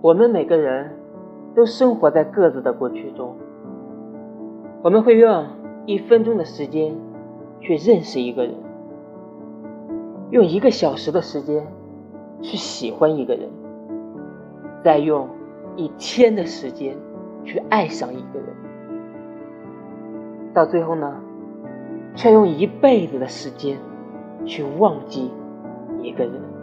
我们每个人都生活在各自的过去中，我们会用1分钟的时间去认识一个人，用1个小时的时间去喜欢一个人，再用1天的时间去爱上一个人，到最后呢，却用1辈子的时间去忘记一个人。